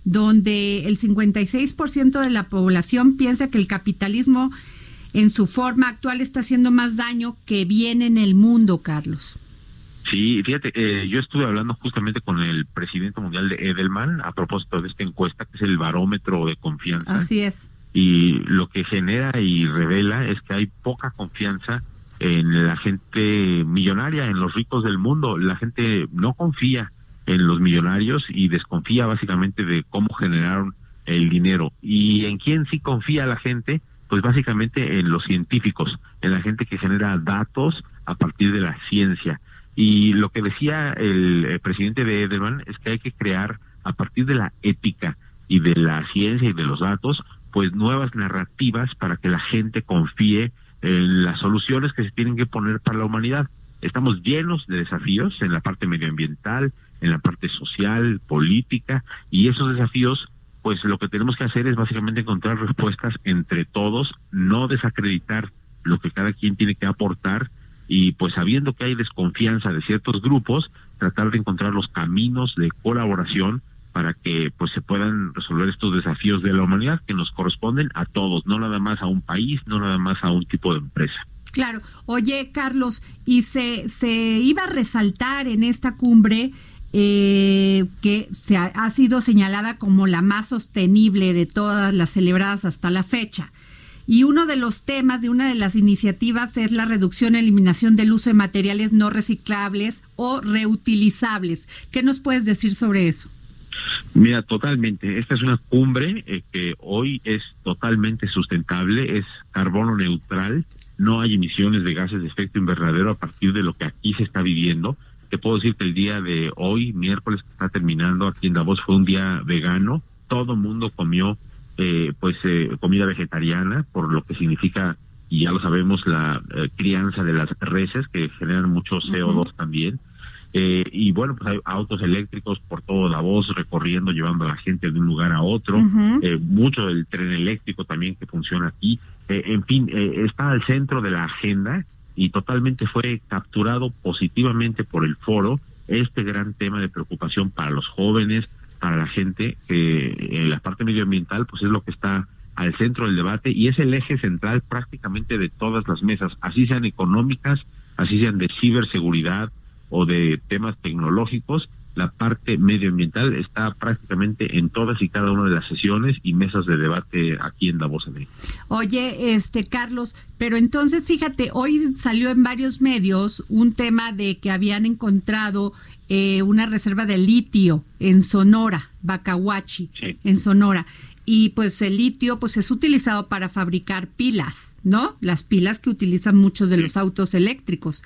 donde el cincuenta y seis por ciento de la población piensa que el capitalismo en su forma actual está haciendo más daño que bien en el mundo, Carlos. Sí, fíjate, eh, yo estuve hablando justamente con el presidente mundial de Edelman a propósito de esta encuesta, que es el barómetro de confianza. Así es. Y lo que genera y revela es que hay poca confianza en la gente millonaria, en los ricos del mundo. La gente no confía en los millonarios y desconfía básicamente de cómo generaron el dinero. ¿Y en quién sí confía la gente? Pues básicamente en los científicos, en la gente que genera datos a partir de la ciencia. Y lo que decía el, el presidente de Edelman es que hay que crear a partir de la ética y de la ciencia y de los datos pues nuevas narrativas para que la gente confíe en las soluciones que se tienen que poner para la humanidad. estamos llenos de desafíos en la parte medioambiental, en la parte social, política, y esos desafíos, pues lo que tenemos que hacer es básicamente encontrar respuestas entre todos, no desacreditar lo que cada quien tiene que aportar, y pues sabiendo que hay desconfianza de ciertos grupos, tratar de encontrar los caminos de colaboración para que pues se puedan resolver estos desafíos de la humanidad que nos corresponden a todos, no nada más a un país, no nada más a un tipo de empresa. Claro. Oye, Carlos, y se, se iba a resaltar en esta cumbre eh, que se ha, ha sido señalada como la más sostenible de todas las celebradas hasta la fecha. Y uno de los temas de una de las iniciativas es la reducción y eliminación del uso de materiales no reciclables o reutilizables. ¿Qué nos puedes decir sobre eso? Mira, totalmente. Esta es una cumbre eh, que hoy es totalmente sustentable, es carbono neutral, no hay emisiones de gases de efecto invernadero a partir de lo que aquí se está viviendo. Te puedo decir que el día de hoy, miércoles, que está terminando aquí en Davos, fue un día vegano. Todo mundo comió Eh, pues eh, comida vegetariana, por lo que significa, y ya lo sabemos, la eh, crianza de las reses que generan mucho C O dos uh-huh. también, eh, y bueno, pues hay autos eléctricos por todo Davos recorriendo, llevando a la gente de un lugar a otro, uh-huh. eh, mucho del tren eléctrico también que funciona aquí, eh, en fin, eh, está al centro de la agenda y totalmente fue capturado positivamente por el foro este gran tema de preocupación para los jóvenes, para la gente, que eh, la parte medioambiental pues es lo que está al centro del debate y es el eje central prácticamente de todas las mesas, así sean económicas, así sean de ciberseguridad o de temas tecnológicos. La parte medioambiental está prácticamente en todas y cada una de las sesiones y mesas de debate aquí en Davos. Oye, este Carlos, pero entonces fíjate, hoy salió en varios medios un tema de que habían encontrado eh, una reserva de litio en Sonora, Bacahuachi, sí. en Sonora. Y pues el litio pues es utilizado para fabricar pilas, ¿no? Las pilas que utilizan muchos de sí. los autos eléctricos.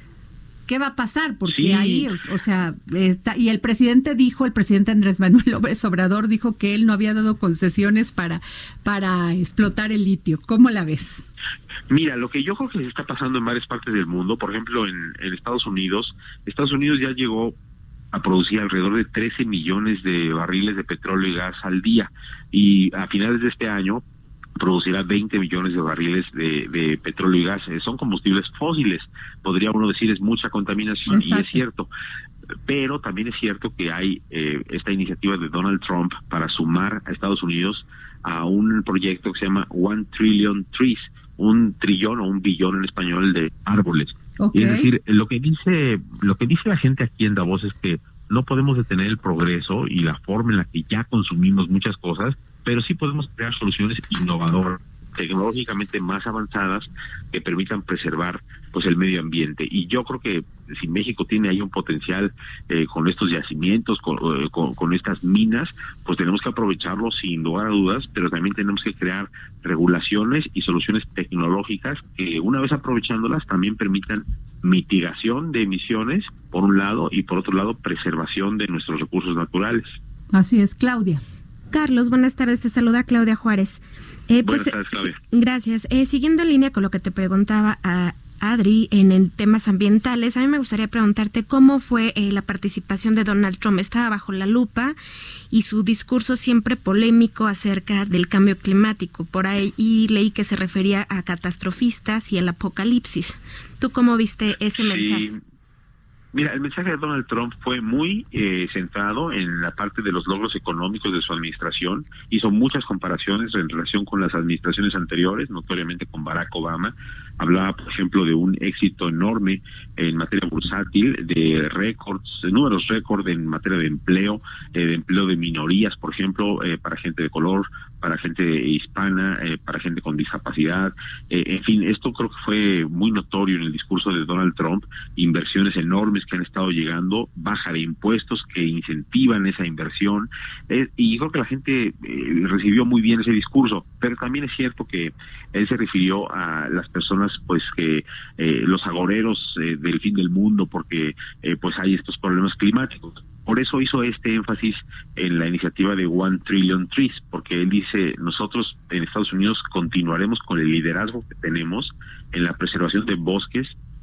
¿Qué va a pasar? Porque sí. ahí, o, o sea, está, y el presidente dijo, el presidente Andrés Manuel López Obrador dijo que él no había dado concesiones para, para explotar el litio. ¿Cómo la ves? Mira, lo que yo creo que se está pasando en varias partes del mundo, por ejemplo, en, en Estados Unidos, Estados Unidos ya llegó a producir alrededor de trece millones de barriles de petróleo y gas al día, y a finales de este año producirá veinte millones de barriles de, de petróleo y gas. Eh, son combustibles fósiles, podría uno decir es mucha contaminación. Exacto. Y es cierto, pero también es cierto que hay eh, esta iniciativa de Donald Trump para sumar a Estados Unidos a un proyecto que se llama One Trillion Trees, un trillón o un billón en español de árboles. Okay. Es decir, lo que dice lo que dice la gente aquí en Davos es que no podemos detener el progreso y la forma en la que ya consumimos muchas cosas, pero sí podemos crear soluciones innovadoras, tecnológicamente más avanzadas que permitan preservar pues el medio ambiente. Y yo creo que si México tiene ahí un potencial eh, con estos yacimientos, con, eh, con, con estas minas, pues tenemos que aprovecharlo sin lugar a dudas, pero también tenemos que crear regulaciones y soluciones tecnológicas que una vez aprovechándolas también permitan mitigación de emisiones por un lado y por otro lado preservación de nuestros recursos naturales. Así es, Claudia. Carlos, buenas tardes, te saluda Claudia Juárez. Eh, buenas pues, tardes, Claudia. Sí, gracias. Eh, siguiendo en línea con lo que te preguntaba a Adri en el temas ambientales, a mí me gustaría preguntarte cómo fue eh, la participación de Donald Trump. Estaba bajo la lupa y su discurso siempre polémico acerca del cambio climático. Por ahí y leí que se refería a catastrofistas y al apocalipsis. ¿Tú cómo viste ese sí. mensaje? Mira, el mensaje de Donald Trump fue muy eh, centrado en la parte de los logros económicos de su administración. Hizo muchas comparaciones en relación con las administraciones anteriores, notoriamente con Barack Obama. Hablaba, por ejemplo, de un éxito enorme en materia bursátil, de récords, de números récord en materia de empleo, eh, de empleo de minorías, por ejemplo, eh, para gente de color, para gente hispana, eh, para gente con discapacidad. Eh, en fin, esto creo que fue muy notorio en el discurso de Donald Trump. Inversiones enormes que han estado llegando, baja de impuestos que incentivan esa inversión. Eh, y creo que la gente eh, recibió muy bien ese discurso, pero también es cierto que él se refirió a las personas pues que eh, los agoreros eh, del fin del mundo porque eh, pues hay estos problemas climáticos. Por eso hizo este énfasis en la iniciativa de One Trillion Trees, porque él dice, nosotros en Estados Unidos continuaremos con el liderazgo que tenemos en la preservación de bosques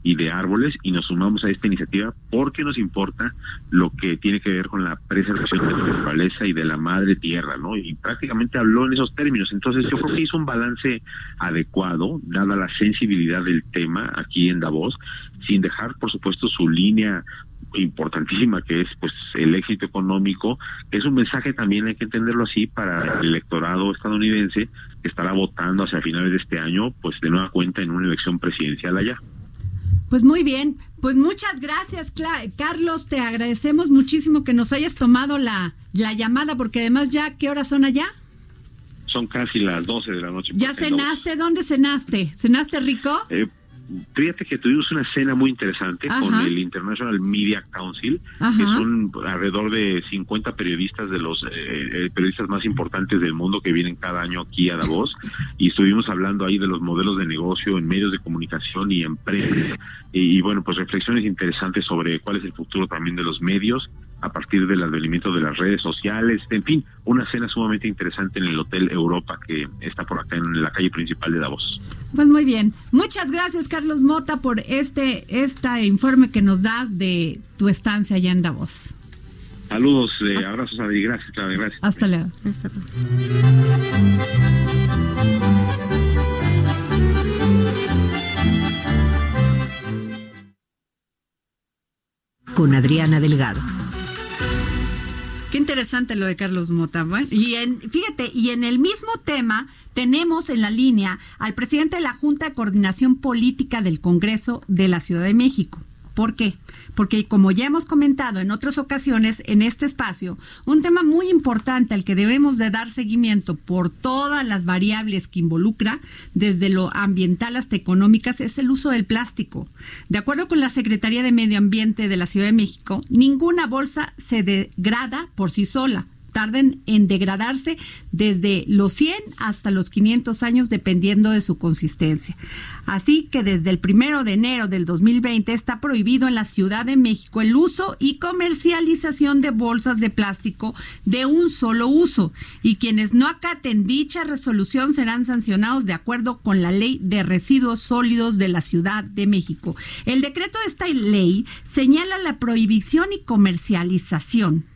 y de árboles, y nos sumamos a esta iniciativa porque nos importa lo que tiene que ver con la preservación de la naturaleza y de la madre tierra, ¿no? Y prácticamente habló en esos términos. Entonces yo creo que hizo un balance adecuado, dada la sensibilidad del tema aquí en Davos, sin dejar, por supuesto, su línea importantísima, que es pues el éxito económico, que es un mensaje también, hay que entenderlo así, para el electorado estadounidense que estará votando hacia finales de este año, pues de nueva cuenta en una elección presidencial allá. Pues muy bien, pues muchas gracias, Cla- Carlos, te agradecemos muchísimo que nos hayas tomado la, la llamada, porque además ya, ¿qué horas son allá? Son casi las doce de la noche. ¿Ya cenaste? ¿Dónde cenaste? ¿Cenaste rico? Eh, Fíjate que tuvimos una cena muy interesante Ajá. con el International Media Council, Ajá. que son alrededor de cincuenta periodistas de los eh, periodistas más importantes del mundo que vienen cada año aquí a Davos, y estuvimos hablando ahí de los modelos de negocio en medios de comunicación y empresas, y, y bueno, pues reflexiones interesantes sobre cuál es el futuro también de los medios a partir del advenimiento de las redes sociales, en fin, una cena sumamente interesante en el Hotel Europa que está por acá en la calle principal de Davos. Pues muy bien, muchas gracias, Carlos Mota, por este este informe que nos das de tu estancia allá en Davos. Saludos, eh, Hasta... abrazos, Adri, gracias, Claudia, gracias. Hasta luego. Hasta luego. Con Adriana Delgado. Qué interesante lo de Carlos Mota. Bueno, y en, fíjate, y en el mismo tema tenemos en la línea al presidente de la Junta de Coordinación Política del Congreso de la Ciudad de México. ¿Por qué? Porque como ya hemos comentado en otras ocasiones en este espacio, un tema muy importante al que debemos de dar seguimiento por todas las variables que involucra, desde lo ambiental hasta económicas, es el uso del plástico. De acuerdo con la Secretaría de Medio Ambiente de la Ciudad de México, ninguna bolsa se degrada por sí sola. Tarden en degradarse desde los cien hasta los quinientos años, dependiendo de su consistencia. Así que desde el primero de enero del dos mil veinte está prohibido en la Ciudad de México el uso y comercialización de bolsas de plástico de un solo uso, y quienes no acaten dicha resolución serán sancionados de acuerdo con la Ley de Residuos Sólidos de la Ciudad de México. El decreto de esta ley señala la prohibición y comercialización,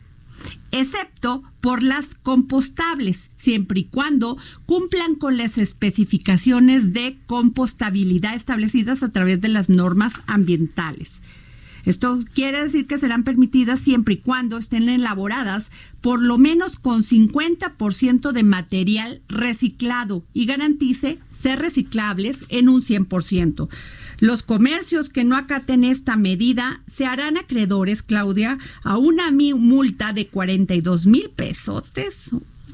excepto por las compostables, siempre y cuando cumplan con las especificaciones de compostabilidad establecidas a través de las normas ambientales. Esto quiere decir que serán permitidas siempre y cuando estén elaboradas por lo menos con cincuenta por ciento de material reciclado y garantice ser reciclables en un cien por ciento. Los comercios que no acaten esta medida se harán acreedores, Claudia, a una multa de cuarenta y dos mil pesotes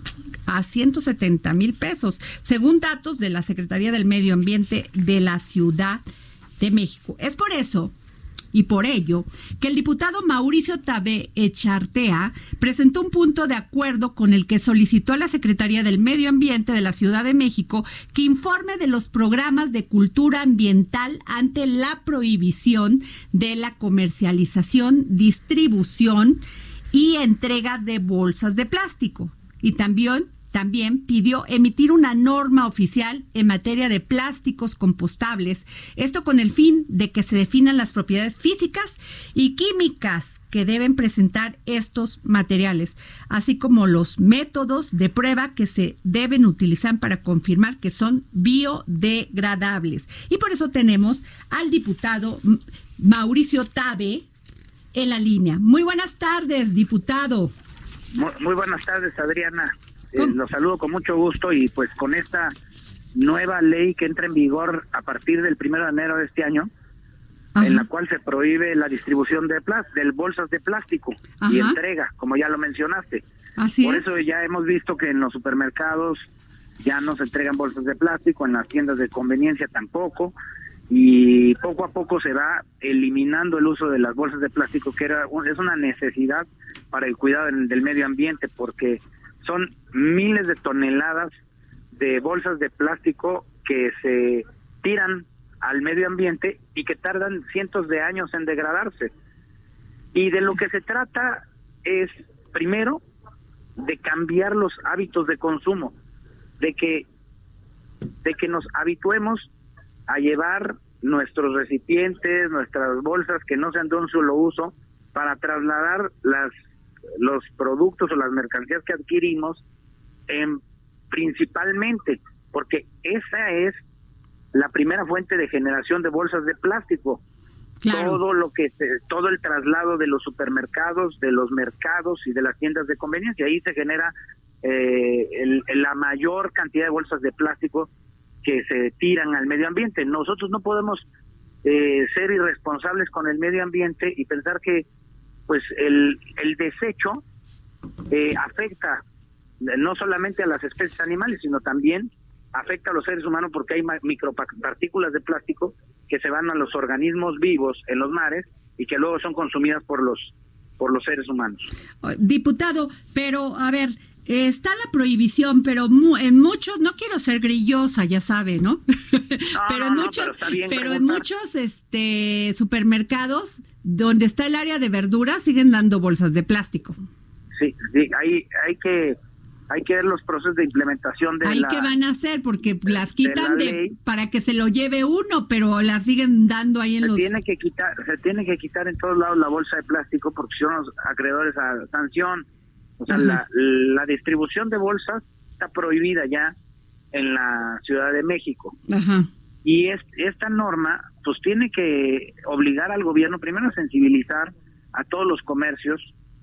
a ciento setenta mil pesos, según datos de la Secretaría del Medio Ambiente de la Ciudad de México. Es por eso y por ello que el diputado Mauricio Tabe Echartea presentó un punto de acuerdo con el que solicitó a la Secretaría del Medio Ambiente de la Ciudad de México que informe de los programas de cultura ambiental ante la prohibición de la comercialización, distribución y entrega de bolsas de plástico. Y también También pidió emitir una norma oficial en materia de plásticos compostables, esto con el fin de que se definan las propiedades físicas y químicas que deben presentar estos materiales, así como los métodos de prueba que se deben utilizar para confirmar que son biodegradables. Y por eso tenemos al diputado Mauricio Tabe en la línea. Muy buenas tardes, diputado. Muy, muy buenas tardes, Adriana. Eh, los saludo con mucho gusto, y pues con esta nueva ley que entra en vigor a partir del primero de enero de este año, Ajá. en la cual se prohíbe la distribución de, plas- de bolsas de plástico Ajá. y entrega, como ya lo mencionaste. Así Por es. eso ya hemos visto que en los supermercados ya no se entregan bolsas de plástico, en las tiendas de conveniencia tampoco, y poco a poco se va eliminando el uso de las bolsas de plástico, que era un, es una necesidad para el cuidado del, del medio ambiente, porque son miles de toneladas de bolsas de plástico que se tiran al medio ambiente y que tardan cientos de años en degradarse. Y de lo que se trata es, primero, de cambiar los hábitos de consumo, de que, de que nos habituemos a llevar nuestros recipientes, nuestras bolsas que no sean de un solo uso, para trasladar las los productos o las mercancías que adquirimos, en, principalmente, porque esa es la primera fuente de generación de bolsas de plástico. Claro. Todo lo que se, todo el traslado de los supermercados, de los mercados y de las tiendas de conveniencia, ahí se genera eh, el, la mayor cantidad de bolsas de plástico que se tiran al medio ambiente. Nosotros no podemos eh, ser irresponsables con el medio ambiente y pensar que pues el, el desecho eh, afecta no solamente a las especies animales, sino también afecta a los seres humanos, porque hay micropartículas de plástico que se van a los organismos vivos en los mares y que luego son consumidas por los por los seres humanos. Diputado, pero a ver, está la prohibición, pero mu en muchos, no quiero ser grillosa, ya sabe, ¿no? no pero no, en no, muchos, pero, pero en muchos este supermercados donde está el área de verduras siguen dando bolsas de plástico. Sí, sí, hay hay que hay que ver los procesos de implementación de Ahí la... ¿Qué van a hacer? Porque las quitan de, de, de para que se lo lleve uno, pero las siguen dando ahí en se los... Tiene que quitar, se tiene que quitar en todos lados la bolsa de plástico porque son los acreedores a sanción. O sea, la, la distribución de bolsas está prohibida ya en la Ciudad de México. Ajá. Y es, esta norma pues tiene que obligar al gobierno primero a sensibilizar a todos los comercios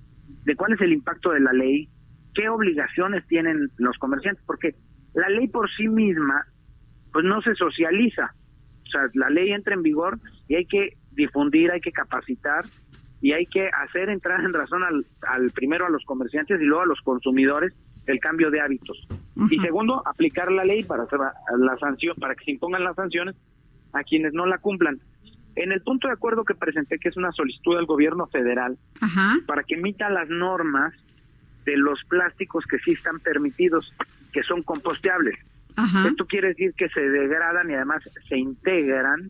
de cuál es el impacto de la ley, qué obligaciones tienen los comerciantes, porque la ley por sí misma pues no se socializa. O sea, la ley entra en vigor y hay que difundir, hay que capacitar y hay que hacer entrar en razón al, al primero a los comerciantes y luego a los consumidores el cambio de hábitos. Uh-huh. Y segundo, aplicar la ley para hacer la sanción, para que se impongan las sanciones a quienes no la cumplan. En el punto de acuerdo que presenté, que es una solicitud al gobierno federal, uh-huh, para que emita las normas de los plásticos que sí están permitidos, que son composteables. Uh-huh. Esto quiere decir que se degradan y además se integran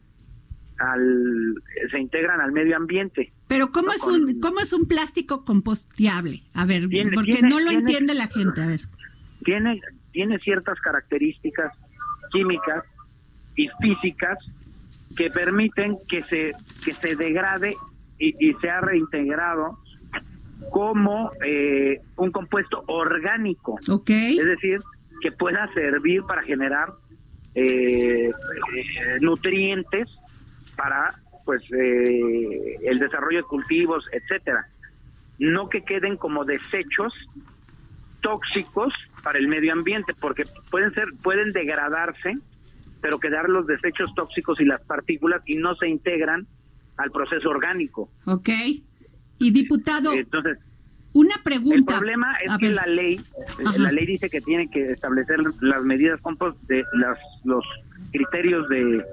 al se integran al medio ambiente. Pero ¿cómo no es con, un cómo es un plástico composteable? A ver, tiene, porque tiene, no lo tiene, entiende la gente. A ver. Tiene tiene ciertas características químicas y físicas que permiten que se que se degrade y, y sea reintegrado como eh, un compuesto orgánico. Okay. Es decir, que pueda servir para generar eh, eh, nutrientes para pues eh, el desarrollo de cultivos, etcétera. No que queden como desechos tóxicos para el medio ambiente, porque pueden ser pueden degradarse, pero quedar los desechos tóxicos y las partículas y no se integran al proceso orgánico. Ok. Y diputado, entonces, una pregunta. El problema es A que ver. la ley, Ajá. la ley dice que tiene que establecer las medidas compost de las los criterios de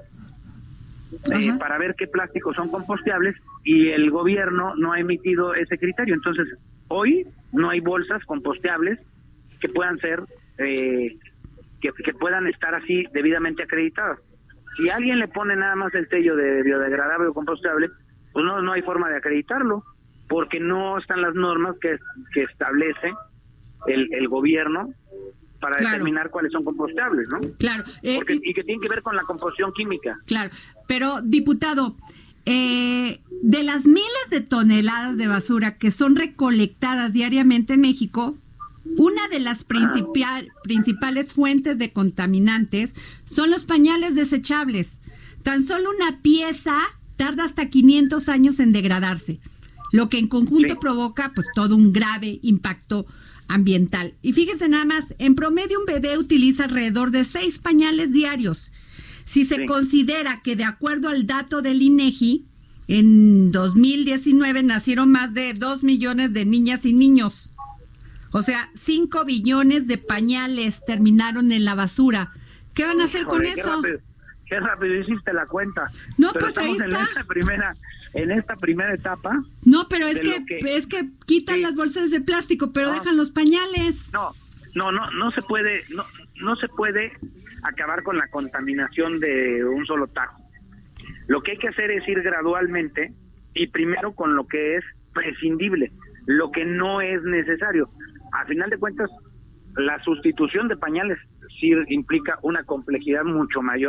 eh, para ver qué plásticos son composteables, y el gobierno no ha emitido ese criterio. Entonces, hoy no hay bolsas composteables que puedan ser eh, que, que puedan estar así debidamente acreditadas. Si alguien le pone nada más el sello de biodegradable o compostable, pues no no hay forma de acreditarlo, porque no están las normas que, que establece el, el gobierno para claro. determinar cuáles son compostables, ¿no? Claro. Eh, porque, y, y que tienen que ver con la composición química. Claro, pero diputado, eh, de las miles de toneladas de basura que son recolectadas diariamente en México, una de las principal, principales fuentes de contaminantes son los pañales desechables. Tan solo una pieza tarda hasta quinientos años en degradarse, lo que en conjunto sí. provoca pues todo un grave impacto ambiental. Y fíjese nada más, en promedio un bebé utiliza alrededor de seis pañales diarios. Si se sí. considera que de acuerdo al dato del INEGI, en dos mil diecinueve nacieron más de dos millones de niñas y niños. O sea, cinco billones de pañales terminaron en la basura. ¿Qué van a hacer Joder, con qué eso? Rápido, qué rápido hiciste la cuenta. No, pero pues ahí estamos está. En esta primera, en esta primera etapa. No, pero es que, que es que quitan sí. las bolsas de plástico, pero no, dejan los pañales. No, no, no, no se puede, no, no se puede acabar con la contaminación de un solo tajo. Lo que hay que hacer es ir gradualmente y primero con lo que es prescindible, lo que no es necesario. A final de cuentas, la sustitución de pañales sí implica una complejidad mucho mayor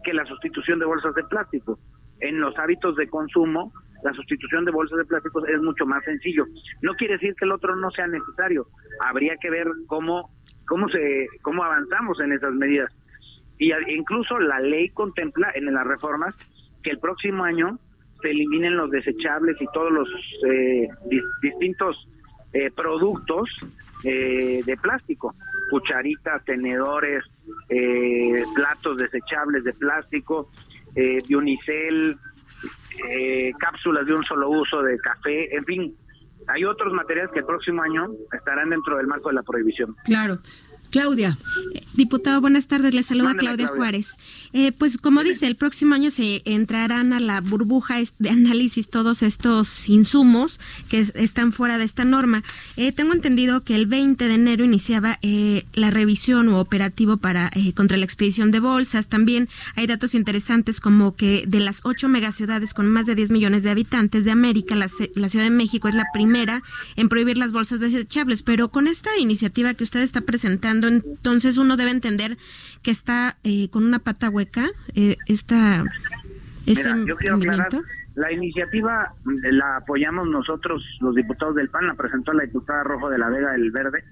que la sustitución de bolsas de plástico. En los hábitos de consumo, la sustitución de bolsas de plástico es mucho más sencillo. No quiere decir que el otro no sea necesario. Habría que ver cómo cómo se cómo avanzamos en esas medidas. Y incluso la ley contempla en las reformas que el próximo año se eliminen los desechables y todos los eh, di- distintos eh, productos eh, de plástico, cucharitas, tenedores, eh, platos desechables de plástico, eh, Bionicel, eh, cápsulas de un solo uso de café, en fin, hay otros materiales que el próximo año estarán dentro del marco de la prohibición. Claro. Claudia. Eh, diputado, buenas tardes. Le saluda Mándale, Claudia, Claudia. Juárez. Eh, pues como dice, el próximo año se entrarán a la burbuja de análisis todos estos insumos que es- están fuera de esta norma. Eh, tengo entendido que el veinte de enero iniciaba eh, la revisión u operativo para eh, contra la expedición de bolsas. También hay datos interesantes como que de las ocho megaciudades con más de diez millones de habitantes de América, la, ce- la Ciudad de México es la primera en prohibir las bolsas desechables. Pero con esta iniciativa que usted está presentando, entonces uno debe entender que está eh, con una pata hueca eh, esta, este Mira, yo quiero aclarar, movimiento. la iniciativa eh, la apoyamos nosotros, los diputados del P A N, la presentó la diputada Rojo de la Vega del Verde,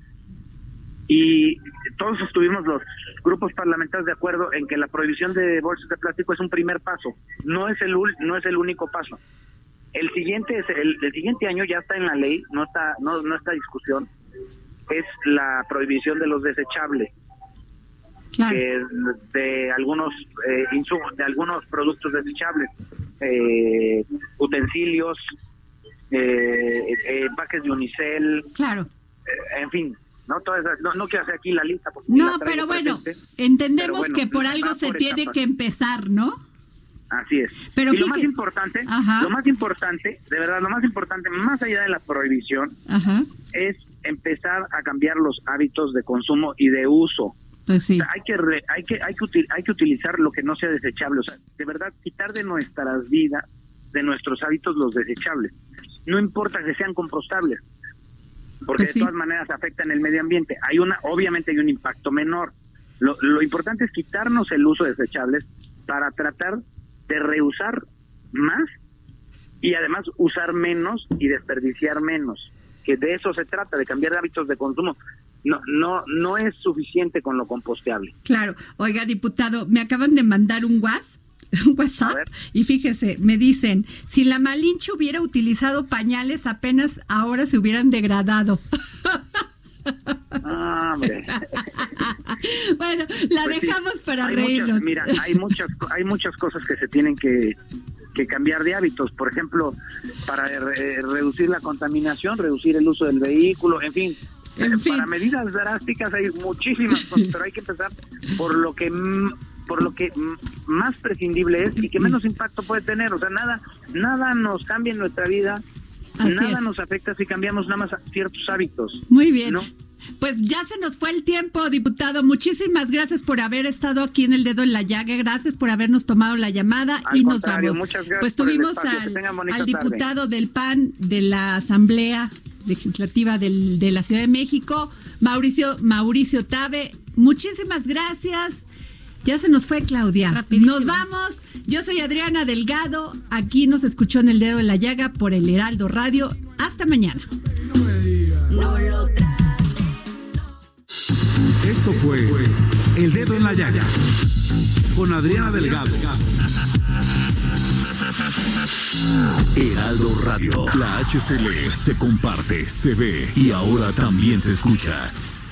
y todos estuvimos los grupos parlamentarios de acuerdo en que la prohibición de bolsas de plástico es un primer paso, no es el ul- no es el único paso. El siguiente es el, el siguiente año ya está en la ley, no está no no está discusión, es la prohibición de los desechables. Claro. Que de algunos eh, insumos, de algunos productos desechables, eh, utensilios, eh, eh, empaques de unicel, Claro. eh, en fin, no todas esas- no, no quiero hacer aquí la lista porque No, la traigo pero bueno, presente, entendemos pero bueno, que por algo va se por tiene etapas. que empezar, ¿no? Así es. Pero y lo fíjate- más importante, Ajá. lo más importante, de verdad, lo más importante, más allá de la prohibición, Ajá. es empezar a cambiar los hábitos de consumo y de uso. Pues sí. O sea, hay que re- hay que hay que util- hay que utilizar lo que no sea desechable, o sea, de verdad quitar de nuestras vidas, de nuestros hábitos los desechables. No importa que sean compostables, porque Pues sí. de todas maneras afectan el medio ambiente. Hay una obviamente hay un impacto menor. Lo, lo importante es quitarnos el uso de desechables para tratar de reusar más y además usar menos y desperdiciar menos, que de eso se trata, de cambiar de hábitos de consumo. No, no, no es suficiente con lo composteable. Claro. Oiga, diputado, me acaban de mandar un WhatsApp, un WhatsApp, y fíjese, me dicen, si la Malinche hubiera utilizado pañales, apenas ahora se hubieran degradado. Ah, hombre. Bueno, la Pues sí, dejamos para hay reírnos. muchas- mira, hay muchas, hay muchas cosas que se tienen que, que cambiar de hábitos. Por ejemplo, para eh, reducir la contaminación, reducir el uso del vehículo, en fin. En fin. Para medidas drásticas hay muchísimas cosas, pero hay que empezar por lo que mm, por lo que mm, más prescindible es y que menos impacto puede tener. O sea, nada nada nos cambia en nuestra vida, Así nada es. nos afecta si cambiamos nada más ciertos hábitos. Muy bien. ¿no? Pues ya se nos fue el tiempo, diputado. Muchísimas gracias por haber estado aquí en El Dedo en la Llaga. Gracias por habernos tomado la llamada Al y nos contrario, vamos. muchas gracias Pues por el tuvimos espacio. Que al, tengan bonita al tarde. diputado del P A N de la Asamblea Legislativa del, de la Ciudad de México, Mauricio, Mauricio Tabe. Muchísimas gracias. Ya se nos fue, Claudia. Rapidísimo. Nos vamos. Yo soy Adriana Delgado. Aquí nos escuchó en El Dedo en la Llaga por el Heraldo Radio. Hasta mañana. No lo Esto fue El Dedo en la Llaga con Adriana Delgado. Heraldo Radio. La H C L se comparte, se ve y ahora también se escucha.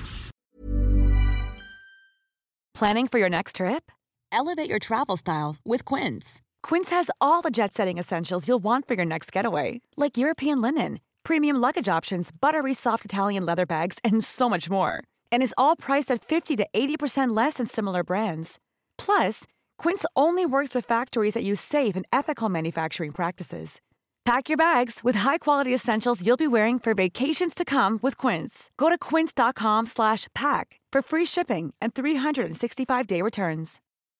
Planning for your next trip? Elevate your travel style with Quince. Quince has all the jet-setting essentials you'll want for your next getaway, like European linen, premium luggage options, buttery soft Italian leather bags, and so much more. And is all priced at fifty to eighty percent less than similar brands. Plus, Quince only works with factories that use safe and ethical manufacturing practices. Pack your bags with high-quality essentials you'll be wearing for vacations to come with Quince. Go to quince.com slash pack for free shipping and three sixty-five day returns.